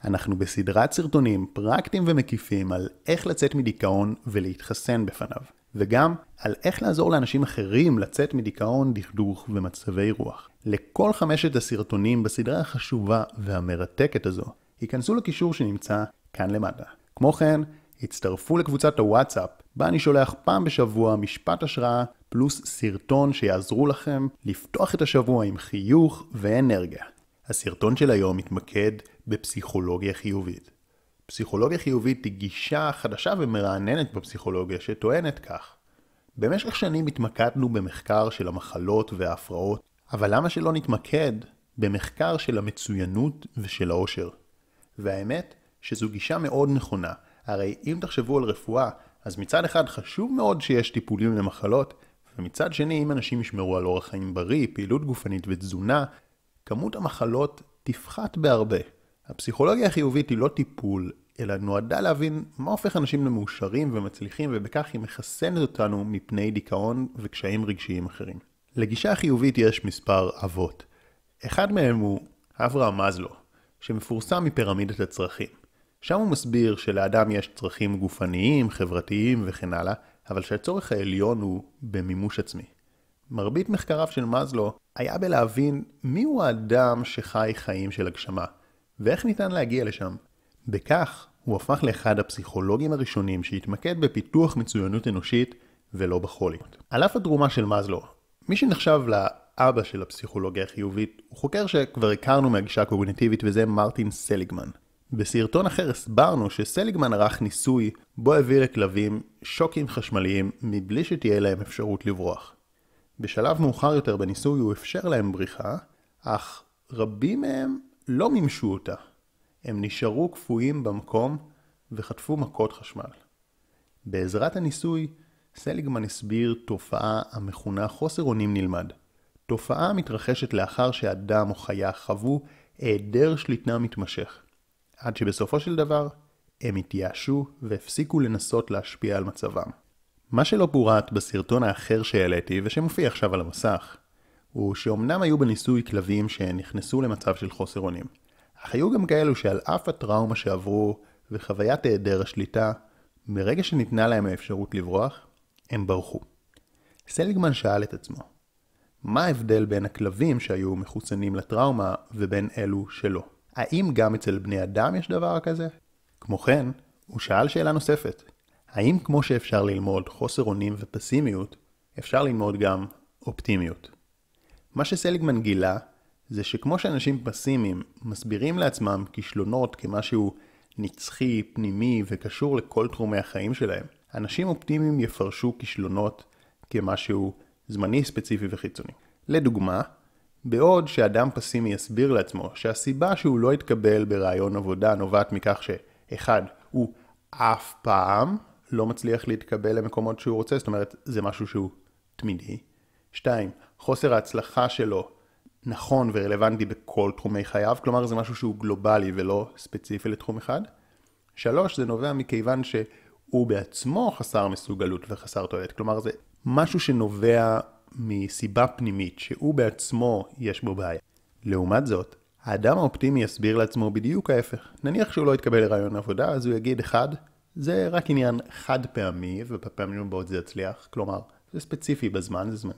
אנחנו בסדרת סרטונים פרקטיים ומקיפים על איך לצאת מדיכאון ולהתחסן בפניו, וגם על איך לעזור לאנשים אחרים לצאת מדיכאון, דכדוך ומצבי רוח. לכל 5 הסרטונים בסדרה החשובה והמרתקת הזו, היכנסו לקישור שנמצא כאן למטה. כמו כן, הצטרפו לקבוצת הוואטסאפ, בה אני שולח פעם בשבוע משפט השראה פלוס סרטון שיעזרו לכם לפתוח את השבוע עם חיוך ואנרגיה. הסרטון של היום מתמקד בפסיכולוגיה חיובית. פסיכולוגיה חיובית היא גישה חדשה ומרעננת בפסיכולוגיה שטוענת כך. במשך שנים התמקדנו במחקר של המחלות וההפרעות, אבל למה שלא נתמקד במחקר של המצוינות ושל העושר? והאמת שזו גישה מאוד נכונה. הרי אם תחשבו על רפואה, אז מצד אחד חשוב מאוד שיש טיפולים למחלות, ומצד שני אם אנשים ישמרו על אורח חיים בריא, פעילות גופנית ותזונה, כמות המחלות תפחת בהרבה. הפסיכולוגיה החיובית היא לא טיפול, אלא נועדה להבין מה הופך אנשים למאושרים ומצליחים, ובכך היא מחסנת אותנו מפני דיכאון וקשיים רגשיים אחרים. לגישה החיובית יש מספר אבות. אחד מהם הוא אברהם מאזלו, שמפורסם מפירמידת הצרכים. שם הוא מסביר שלאדם יש צרכים גופניים, חברתיים וכן הלאה, אבל שהצורך העליון הוא במימוש עצמי. מרבית מחקריו של מאזלו היה בלהבין מיהו האדם שחי חיים של הגשמה, ואיך ניתן להגיע לשם. בכך הוא הפך לאחד הפסיכולוגים הראשונים שהתמקד בפיתוח מצוינות אנושית ולא בחוליות. על אף התרומה של מאזלו, מי שנחשב לאבא של הפסיכולוגיה החיובית הוא חוקר שכבר הכרנו מהגישה הקוגניטיבית, וזה מרטין סליגמן. בסרטון אחר הסברנו שסליגמן ערך ניסוי בו הביא לכלבים שוקים חשמליים מבלי שתהיה להם אפשרות לברוח. בשלב מאוחר יותר בניסוי הוא אפשר להם בריחה, אך רבים מהם לא מימשו אותה. הם נשארו קפואים במקום וחטפו מכות חשמל. בעזרת הניסוי, סליגמן הסביר תופעה המכונה חוסר אונים נלמד. תופעה מתרחשת לאחר שאדם או חיה חוו היעדר שליטה מתמשך. עד שבסופו של דבר הם התייאשו והפסיקו לנסות להשפיע על מצבם. מה שלא פורט בסרטון האחר שהעליתי ושמופיע עכשיו על המסך, הוא שאומנם היו בניסוי כלבים שנכנסו למצב של חוסר אונים, אך היו גם כאלו שעל אף הטראומה שעברו וחוויית היעדר השליטה, ברגע שניתנה להם האפשרות לברוח, הם ברחו. סליגמן שאל את עצמו, מה ההבדל בין הכלבים שהיו מחוסנים לטראומה ובין אלו שלא? האם גם אצל בני אדם יש דבר כזה? כמו כן, הוא שאל שאלה נוספת. האם כמו שאפשר ללמוד חוסר אונים ופסימיות, אפשר ללמוד גם אופטימיות? מה שסליגמן גילה, זה שכמו שאנשים פסימיים מסבירים לעצמם כישלונות כמשהו נצחי, פנימי וקשור לכל תחומי החיים שלהם, אנשים אופטימיים יפרשו כישלונות כמשהו זמני, ספציפי וחיצוני. לדוגמה, בעוד שאדם פסימי יסביר לעצמו שהסיבה שהוא לא יתקבל ברעיון עבודה נובעת מכך שאחד, הוא אף פעם לא מצליח להתקבל למקומות שהוא רוצה, זאת אומרת, זה משהו שהוא תמידי. 2, חוסר ההצלחה שלו נכון ורלוונטי בכל תחומי חייו, כלומר זה משהו שהוא גלובלי ולא ספציפי לתחום אחד. 3, זה נובע מכיוון שהוא בעצמו חסר מסוגלות וחסר תועלת, כלומר זה משהו שנובע מסיבה פנימית שהוא בעצמו יש בו בעיה. לעומת זאת, האדם האופטימי יסביר לעצמו בדיוק ההפך. נניח שהוא לא יתקבל לרעיון עבודה, אז הוא יגיד 1, זה רק עניין חד פעמי ובפעמים הבאות זה יצליח, כלומר זה ספציפי בזמן, זה זמני.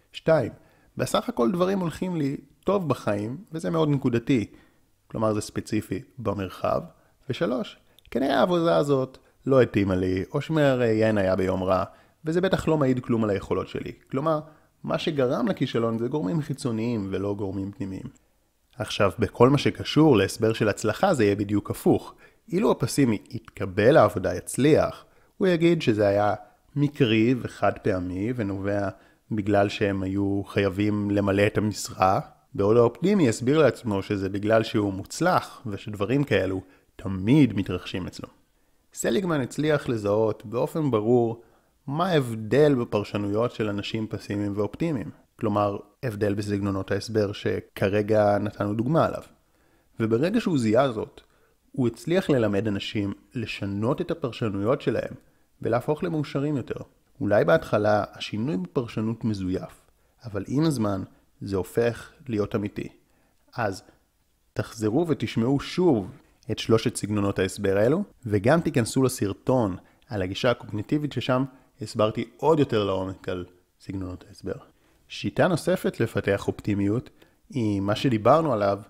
2, בסך הכל דברים הולכים לי טוב בחיים וזה מאוד נקודתי, כלומר זה ספציפי במרחב. ו3, כנראה העבודה הזאת לא התאימה לי, או שמראיין היה ביום רע, וזה בטח לא מעיד כלום על היכולות שלי. כלומר, מה שגרם לכישלון זה גורמים חיצוניים ולא גורמים פנימיים. עכשיו, בכל מה שקשור להסבר של הצלחה זה יהיה בדיוק הפוך. אילו הפסימי יתקבל לעבודה יצליח, הוא יגיד שזה היה מקרי וחד פעמי ונובע בגלל שהם היו חייבים למלא את המשרה, בעוד האופטימי יסביר לעצמו שזה בגלל שהוא מוצלח ושדברים כאלו תמיד מתרחשים אצלו. סליגמן הצליח לזהות באופן ברור מה ההבדל בפרשנויות של אנשים פסימיים ואופטימיים. כלומר, הבדל בסגנונות ההסבר שכרגע נתנו דוגמה עליו. וברגע שהוא זיהה זאת, הוא הצליח ללמד אנשים לשנות את הפרשנויות שלהם ולהפוך למאושרים יותר. אולי בהתחלה השינוי בפרשנות מזויף, אבל עם הזמן זה הופך להיות אמיתי. אז תחזרו ותשמעו שוב את 3 סגנונות ההסבר האלו, וגם תיכנסו לסרטון על הגישה הקוגניטיבית ששם הסברתי עוד יותר לעומק על סגנונות ההסבר. שיטה נוספת לפתח אופטימיות היא מה שדיברנו עליו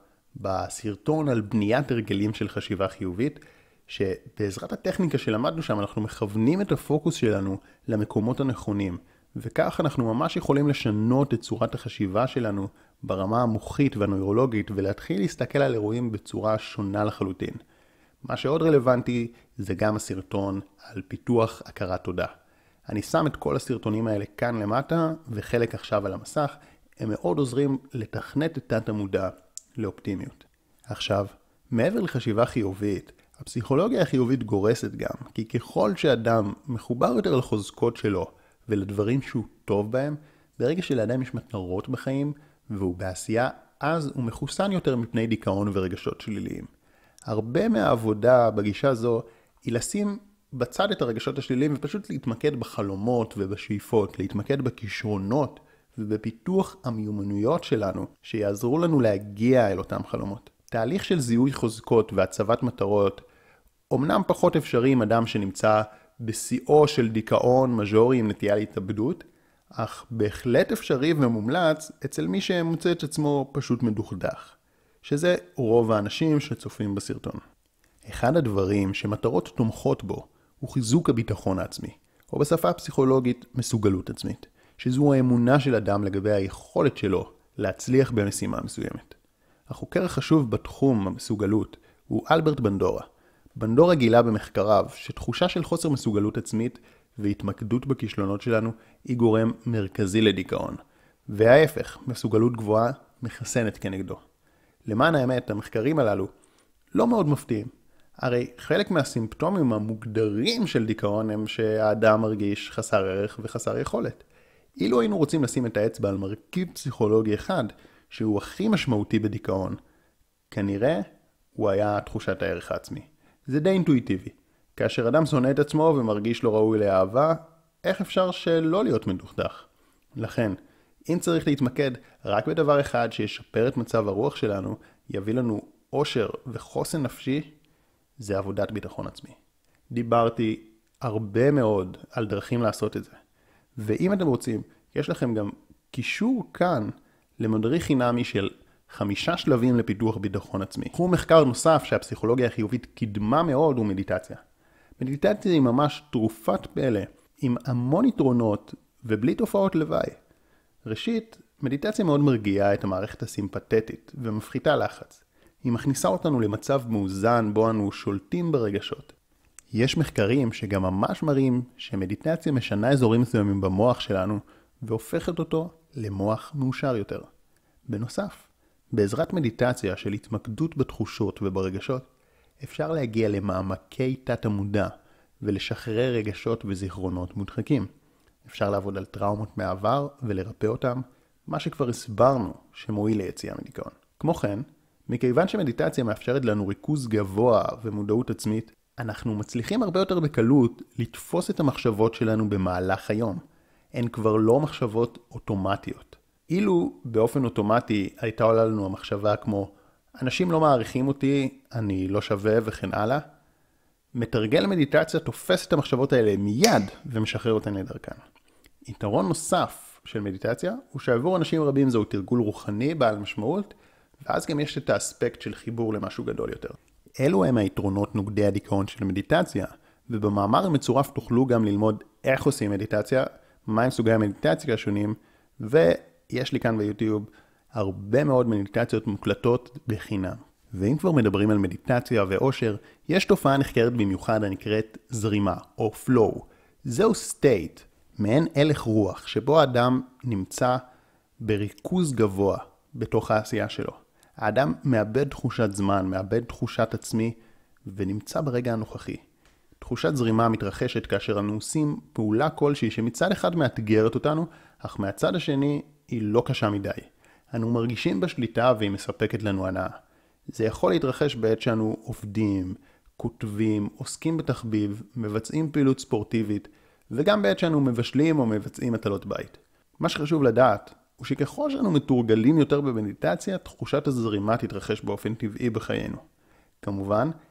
בסרטון על בניית הרגלים של חשיבה חיובית, שבעזרת הטכניקה שלמדנו שם אנחנו מכוונים את הפוקוס שלנו למקומות הנכונים, וכך אנחנו ממש יכולים לשנות את צורת החשיבה שלנו ברמה המוחית והנוירולוגית ולהתחיל להסתכל על אירועים בצורה שונה לחלוטין. מה שעוד רלוונטי זה גם הסרטון על פיתוח הכרת תודה. אני שם את כל הסרטונים האלה כאן למטה וחלק עכשיו על המסך, הם מאוד עוזרים לתכנת את תת המודע לאופטימיות. עכשיו, מעבר לחשיבה חיובית, הפסיכולוגיה החיובית גורסת גם, כי ככל שאדם מחובר יותר לחוזקות שלו ולדברים שהוא טוב בהם, ברגע שלאדם יש מטרות בחיים והוא בעשייה, אז הוא מחוסן יותר מפני דיכאון ורגשות שליליים. הרבה מהעבודה בגישה זו היא לשים בצד את הרגשות השליליים ופשוט להתמקד בחלומות ובשאיפות, להתמקד בכישרונות ובפיתוח המיומנויות שלנו שיעזרו לנו להגיע אל אותם חלומות. תהליך של זיהוי חוזקות והצבת מטרות אומנם פחות אפשרי עם אדם שנמצא בשיאו של דיכאון מז'ורי עם נטייה להתאבדות, אך בהחלט אפשרי ומומלץ אצל מי שמוצא את עצמו פשוט מדוכדך, שזה רוב האנשים שצופים בסרטון. אחד הדברים שמטרות תומכות בו הוא חיזוק הביטחון העצמי, או בשפה הפסיכולוגית מסוגלות עצמית, שזו האמונה של אדם לגבי היכולת שלו להצליח במשימה מסוימת. החוקר החשוב בתחום המסוגלות הוא אלברט בנדורה. בנדורה גילה במחקריו שתחושה של חוסר מסוגלות עצמית והתמקדות בכישלונות שלנו היא גורם מרכזי לדיכאון, וההפך, מסוגלות גבוהה מחסנת כנגדו. למען האמת, המחקרים הללו לא מאוד מפתיעים. הרי חלק מהסימפטומים המוגדרים של דיכאון הם שהאדם מרגיש חסר ערך וחסר יכולת. אילו היינו רוצים לשים את האצבע על מרכיב פסיכולוגי אחד שהוא הכי משמעותי בדיכאון, כנראה הוא היה תחושת הערך העצמי. זה די אינטואיטיבי. כאשר אדם שונא את עצמו ומרגיש לא ראוי לאהבה, איך אפשר שלא להיות מדוכדך? לכן, אם צריך להתמקד רק בדבר אחד שישפר את מצב הרוח שלנו, יביא לנו אושר וחוסן נפשי, זה עבודת ביטחון עצמי. דיברתי הרבה מאוד על דרכים לעשות את זה. ואם אתם רוצים, יש לכם גם קישור כאן למדריך חינמי של 5 שלבים לפיתוח ביטחון עצמי. תחום מחקר נוסף שהפסיכולוגיה החיובית קידמה מאוד הוא מדיטציה. מדיטציה היא ממש תרופת פלא, עם המון יתרונות ובלי תופעות לוואי. ראשית, מדיטציה מאוד מרגיעה את המערכת הסימפתטית ומפחיתה לחץ. היא מכניסה אותנו למצב מאוזן בו אנו שולטים ברגשות. יש מחקרים שגם ממש מראים שמדיטציה משנה אזורים מסוימים במוח שלנו והופכת אותו למוח מאושר יותר. בנוסף, בעזרת מדיטציה של התמקדות בתחושות וברגשות, אפשר להגיע למעמקי תת המודע ולשחרר רגשות וזיכרונות מודחקים. אפשר לעבוד על טראומות מהעבר ולרפא אותם, מה שכבר הסברנו שמועיל ליציאה מדיכאון. כמו כן, מכיוון שמדיטציה מאפשרת לנו ריכוז גבוה ומודעות עצמית, אנחנו מצליחים הרבה יותר בקלות לתפוס את המחשבות שלנו במהלך היום. הן כבר לא מחשבות אוטומטיות. אילו באופן אוטומטי הייתה עולה לנו המחשבה כמו אנשים לא מעריכים אותי, אני לא שווה וכן הלאה, מתרגל מדיטציה תופס את המחשבות האלה מיד ומשחרר אותן לדרכן. יתרון נוסף של מדיטציה הוא שעבור אנשים רבים זהו תרגול רוחני בעל משמעות, ואז גם יש את האספקט של חיבור למשהו גדול יותר. אלו הם היתרונות נוגדי הדיכאון של מדיטציה, ובמאמר המצורף תוכלו גם ללמוד איך עושים מדיטציה, מהם סוגי המדיטציה השונים, ויש לי כאן ביוטיוב הרבה מאוד מדיטציות מוקלטות בחינם. ואם כבר מדברים על מדיטציה ואושר, יש תופעה נחקרת במיוחד הנקראת זרימה או flow. זהו state, מעין הלך רוח, שבו האדם נמצא בריכוז גבוה בתוך העשייה שלו. האדם מאבד תחושת זמן, מאבד תחושת עצמי, ונמצא ברגע הנוכחי. תחושת זרימה מתרחשת כאשר אנו עושים פעולה כלשהי שמצד אחד מאתגרת אותנו, אך מהצד השני היא לא קשה מדי. אנו מרגישים בשליטה והיא מספקת לנו הנאה. זה יכול להתרחש בעת שאנו עובדים, כותבים, עוסקים בתחביב, מבצעים פעילות ספורטיבית, וגם בעת שאנו מבשלים או מבצעים מטלות בית. מה שחשוב לדעת הוא שככל שאנו מתורגלים יותר במדיטציה, תחושת הזרימה תתרחש באופן טבעי בחיינו. כמובן,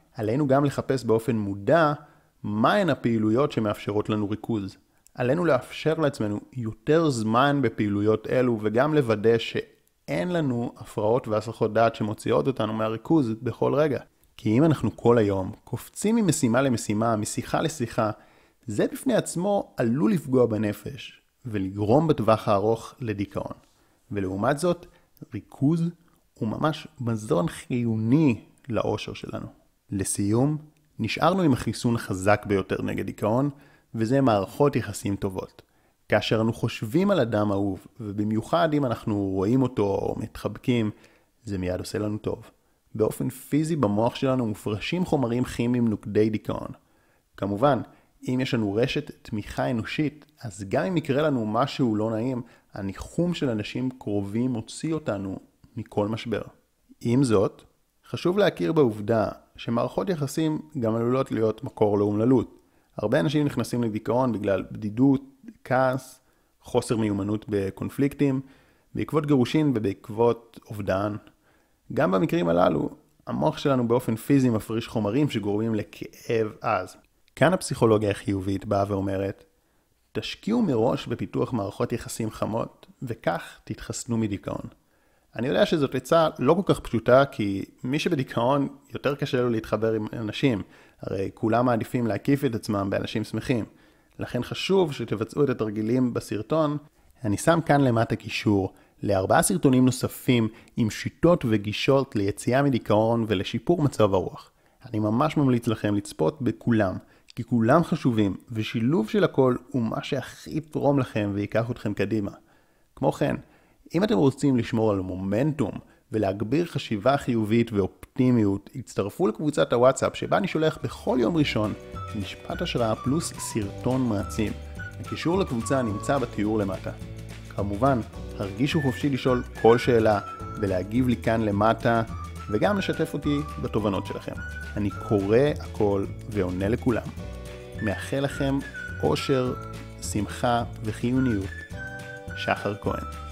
עלינו גם לחפש באופן מודע מהן הפעילויות שמאפשרות לנו ריכוז. עלינו לאפשר לעצמנו יותר זמן בפעילויות אלו וגם לוודא שאין לנו הפרעות והסחות דעת שמוציאות אותנו מהריכוז בכל רגע. כי אם אנחנו כל היום קופצים ממשימה למשימה, משיחה לשיחה, זה בפני עצמו עלול לפגוע בנפש ולגרום בטווח הארוך לדיכאון. ולעומת זאת, ריכוז הוא ממש מזון חיוני לאושר שלנו. לסיום, נשארנו עם החיסון החזק ביותר נגד דיכאון, וזה מערכות יחסים טובות. כאשר אנו חושבים על אדם אהוב, ובמיוחד אם אנחנו רואים אותו או מתחבקים, זה מיד עושה לנו טוב. באופן פיזי במוח שלנו מופרשים חומרים כימיים נוגדי דיכאון. כמובן, אם יש לנו רשת תמיכה אנושית, אז גם אם יקרה לנו משהו לא נעים, הניחום של אנשים קרובים מוציא אותנו מכל משבר. עם זאת, חשוב להכיר בעובדה שמערכות יחסים גם עלולות להיות מקור לאומללות. הרבה אנשים נכנסים לדיכאון בגלל בדידות, כעס, חוסר מיומנות בקונפליקטים, בעקבות גירושין ובעקבות אובדן. גם במקרים הללו, המוח שלנו באופן פיזי מפריש חומרים שגורמים לכאב עז. כאן הפסיכולוגיה החיובית באה ואומרת, תשקיעו מראש בפיתוח מערכות יחסים חמות, וכך תתחסנו מדיכאון. אני יודע שזאת עצה לא כל כך פשוטה, כי מי שבדיכאון יותר קשה לו להתחבר עם אנשים, הרי כולם מעדיפים להקיף את עצמם באנשים שמחים. לכן חשוב שתבצעו את התרגילים בסרטון. אני שם כאן למטה קישור ל4 סרטונים נוספים עם שיטות וגישות ליציאה מדיכאון ולשיפור מצב הרוח. אני ממש ממליץ לכם לצפות בכולם, כי כולם חשובים, ושילוב של הכל הוא מה שהכי יתרום לכם ויקח אתכם קדימה. כמו כן, אם אתם רוצים לשמור על מומנטום ולהגביר חשיבה חיובית ואופטימיות, הצטרפו לקבוצת הוואטסאפ שבה אני שולח בכל יום ראשון משפט השראה פלוס סרטון מעצים. הקישור לקבוצה נמצא בתיאור למטה. כמובן, הרגישו חופשי לשאול כל שאלה ולהגיב לי כאן למטה וגם לשתף אותי בתובנות שלכם. אני קורא הכל ועונה לכולם. מאחל לכם אושר, שמחה וחיוניות. שחר כהן.